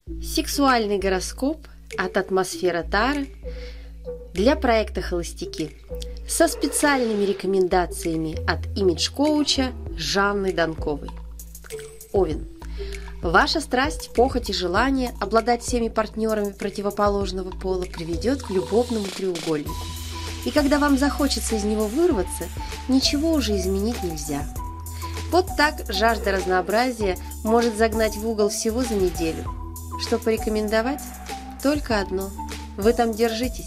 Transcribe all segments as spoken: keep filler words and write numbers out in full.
Сексуальный гороскоп от Атмосфера Таро для проекта «Холостяки» со специальными рекомендациями от имидж-коуча Жанны Данковой. Овен. Ваша страсть, похоть и желание обладать всеми партнерами противоположного пола приведет к любовному треугольнику. И когда вам захочется из него вырваться, ничего уже изменить нельзя. Вот так жажда разнообразия может загнать в угол всего за неделю. Что порекомендовать? Только одно. Вы там держитесь.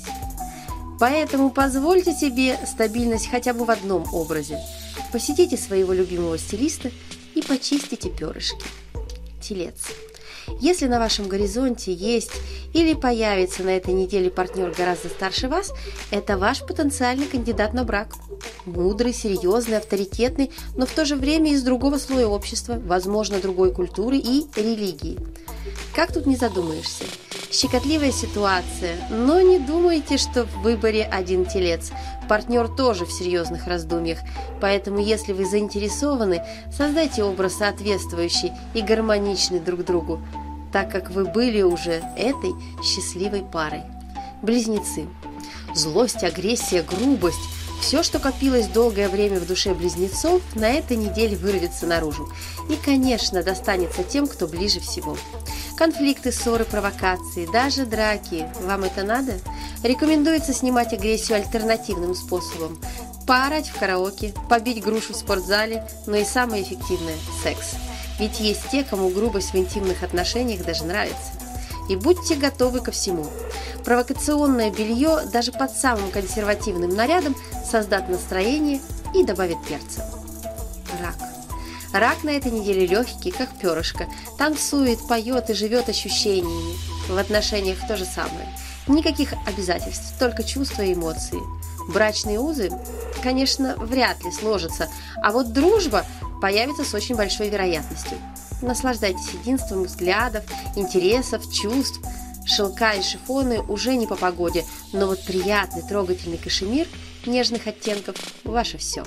Поэтому позвольте себе стабильность хотя бы в одном образе. Посетите своего любимого стилиста и почистите перышки. Телец. Если на вашем горизонте есть или появится на этой неделе партнер гораздо старше вас, это ваш потенциальный кандидат на брак. Мудрый, серьезный, авторитетный, но в то же время из другого слоя общества, возможно, другой культуры и религии. Как тут не задумаешься? Щекотливая ситуация, но не думайте, что в выборе один телец. Партнер тоже в серьезных раздумьях, поэтому если вы заинтересованы, создайте образ соответствующий и гармоничный друг другу, так как вы были уже этой счастливой парой. Близнецы. Злость, агрессия, грубость – все, что копилось долгое время в душе близнецов, на этой неделе вырвется наружу. И, конечно, достанется тем, кто ближе всего. Конфликты, ссоры, провокации, даже драки. Вам это надо? Рекомендуется снимать агрессию альтернативным способом. Поорать в караоке, побить грушу в спортзале, но и самое эффективное – секс. Ведь есть те, кому грубость в интимных отношениях даже нравится. И будьте готовы ко всему. Провокационное белье даже под самым консервативным нарядом создаст настроение и добавит перца. Рак. Рак на этой неделе легкий, как перышко. Танцует, поет и живет ощущениями. В отношениях то же самое. Никаких обязательств, только чувства и эмоции. Брачные узы, конечно, вряд ли сложатся, а вот дружба появится с очень большой вероятностью. Наслаждайтесь единством взглядов, интересов, чувств. Шелка и шифоны уже не по погоде, но вот приятный трогательный кашемир нежных оттенков – ваше все.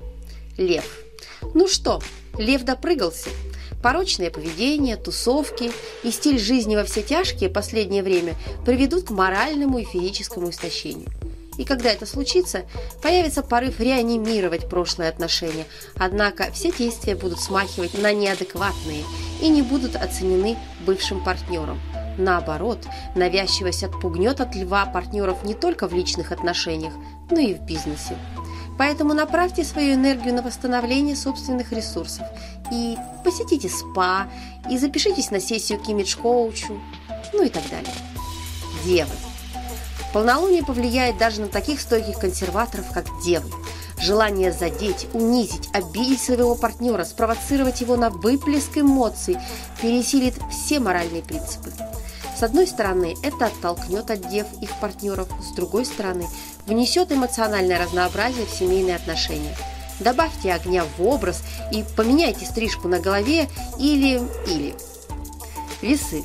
Лев. Ну что, лев допрыгался. Порочное поведение, тусовки и стиль жизни во все тяжкие последнее время приведут к моральному и физическому истощению. И когда это случится, появится порыв реанимировать прошлые отношения, однако все действия будут смахивать на неадекватные и не будут оценены бывшим партнером. Наоборот, навязчивость отпугнет от льва партнеров не только в личных отношениях, но и в бизнесе. Поэтому направьте свою энергию на восстановление собственных ресурсов и посетите спа, и запишитесь на сессию к имидж-коучу, ну и так далее. Девы. Полнолуние повлияет даже на таких стойких консерваторов, как девы. Желание задеть, унизить, обидеть своего партнера, спровоцировать его на выплеск эмоций пересилит все моральные принципы. С одной стороны, это оттолкнет от дев их партнеров, с другой стороны, внесет эмоциональное разнообразие в семейные отношения. Добавьте огня в образ и поменяйте стрижку на голове или... или. Весы.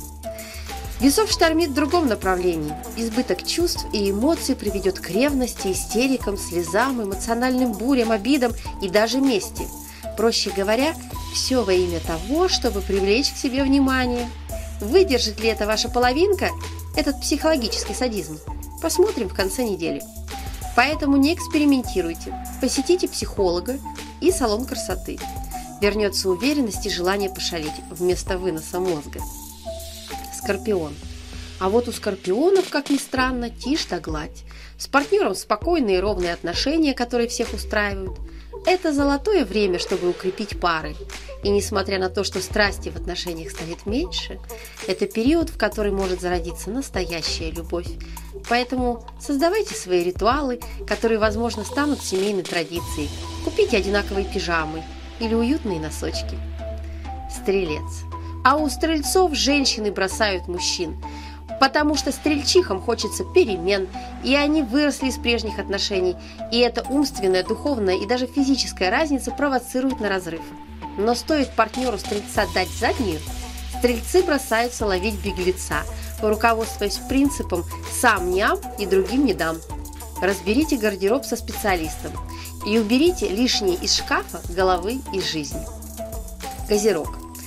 Весов штормит в другом направлении. Избыток чувств и эмоций приведет к ревности, истерикам, слезам, эмоциональным бурям, обидам и даже мести. Проще говоря, все во имя того, чтобы привлечь к себе внимание. Выдержит ли это ваша половинка, этот психологический садизм? Посмотрим в конце недели. Поэтому не экспериментируйте. Посетите психолога и салон красоты. Вернется уверенность и желание пошалить вместо выноса мозга. Скорпион. А вот у скорпионов, как ни странно, тишь да гладь. С партнером спокойные и ровные отношения, которые всех устраивают. Это золотое время, чтобы укрепить пары. И несмотря на то, что страсти в отношениях станет меньше, это период, в который может зародиться настоящая любовь. Поэтому создавайте свои ритуалы, которые, возможно, станут семейной традицией. Купите одинаковые пижамы или уютные носочки. Стрелец. А у стрельцов женщины бросают мужчин, потому что стрельчихам хочется перемен, и они выросли из прежних отношений, и эта умственная, духовная и даже физическая разница провоцирует на разрыв. Но стоит партнеру стрельца дать заднюю, стрельцы бросаются ловить беглеца, руководствуясь принципом «сам ням и другим не дам». Разберите гардероб со специалистом и уберите лишнее из шкафа, головы и жизни. Козерог.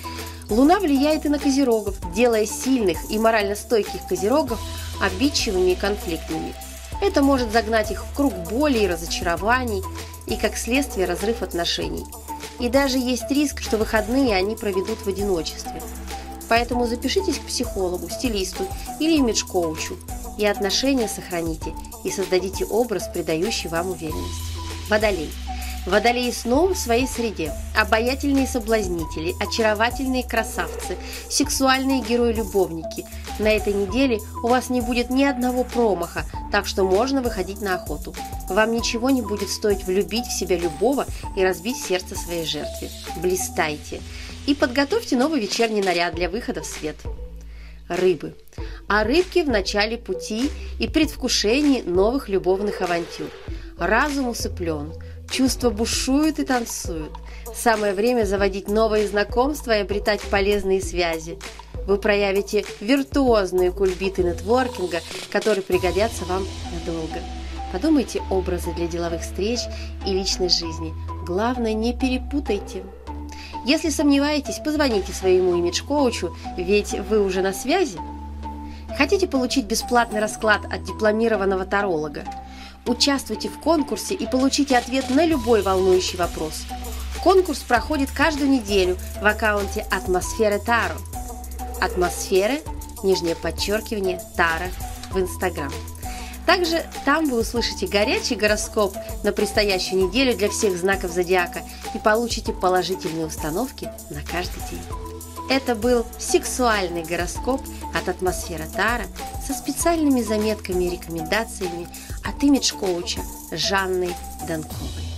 Луна влияет и на козерогов, делая сильных и морально стойких козерогов обидчивыми и конфликтными. Это может загнать их в круг боли и разочарований, и, как следствие, разрыв отношений. И даже есть риск, что выходные они проведут в одиночестве. Поэтому запишитесь к психологу, стилисту или имидж-коучу, и отношения сохраните, и создадите образ, придающий вам уверенность. Водолей. Водолеи снова в своей среде. Обаятельные соблазнители, очаровательные красавцы, сексуальные герои-любовники. На этой неделе у вас не будет ни одного промаха, так что можно выходить на охоту. Вам ничего не будет стоить влюбить в себя любого и разбить сердце своей жертве. Блистайте! И подготовьте новый вечерний наряд для выхода в свет. Рыбы. А рыбки в начале пути и предвкушении новых любовных авантюр. Разум усыплен, чувства бушуют и танцуют. Самое время заводить новые знакомства и обретать полезные связи. Вы проявите виртуозные кульбиты нетворкинга, которые пригодятся вам надолго. Подумайте образы для деловых встреч и личной жизни. Главное, не перепутайте. Если сомневаетесь, позвоните своему имидж-коучу, ведь вы уже на связи. Хотите получить бесплатный расклад от дипломированного таролога? Участвуйте в конкурсе и получите ответ на любой волнующий вопрос. Конкурс проходит каждую неделю в аккаунте «Атмосфера Таро». Атмосфера, нижнее подчеркивание, Таро в Инстаграм. Также там вы услышите горячий гороскоп на предстоящую неделю для всех знаков зодиака и получите положительные установки на каждый день. Это был сексуальный гороскоп от «Атмосфера Таро» со специальными заметками и рекомендациями от имидж-коуча Жанны Данковой.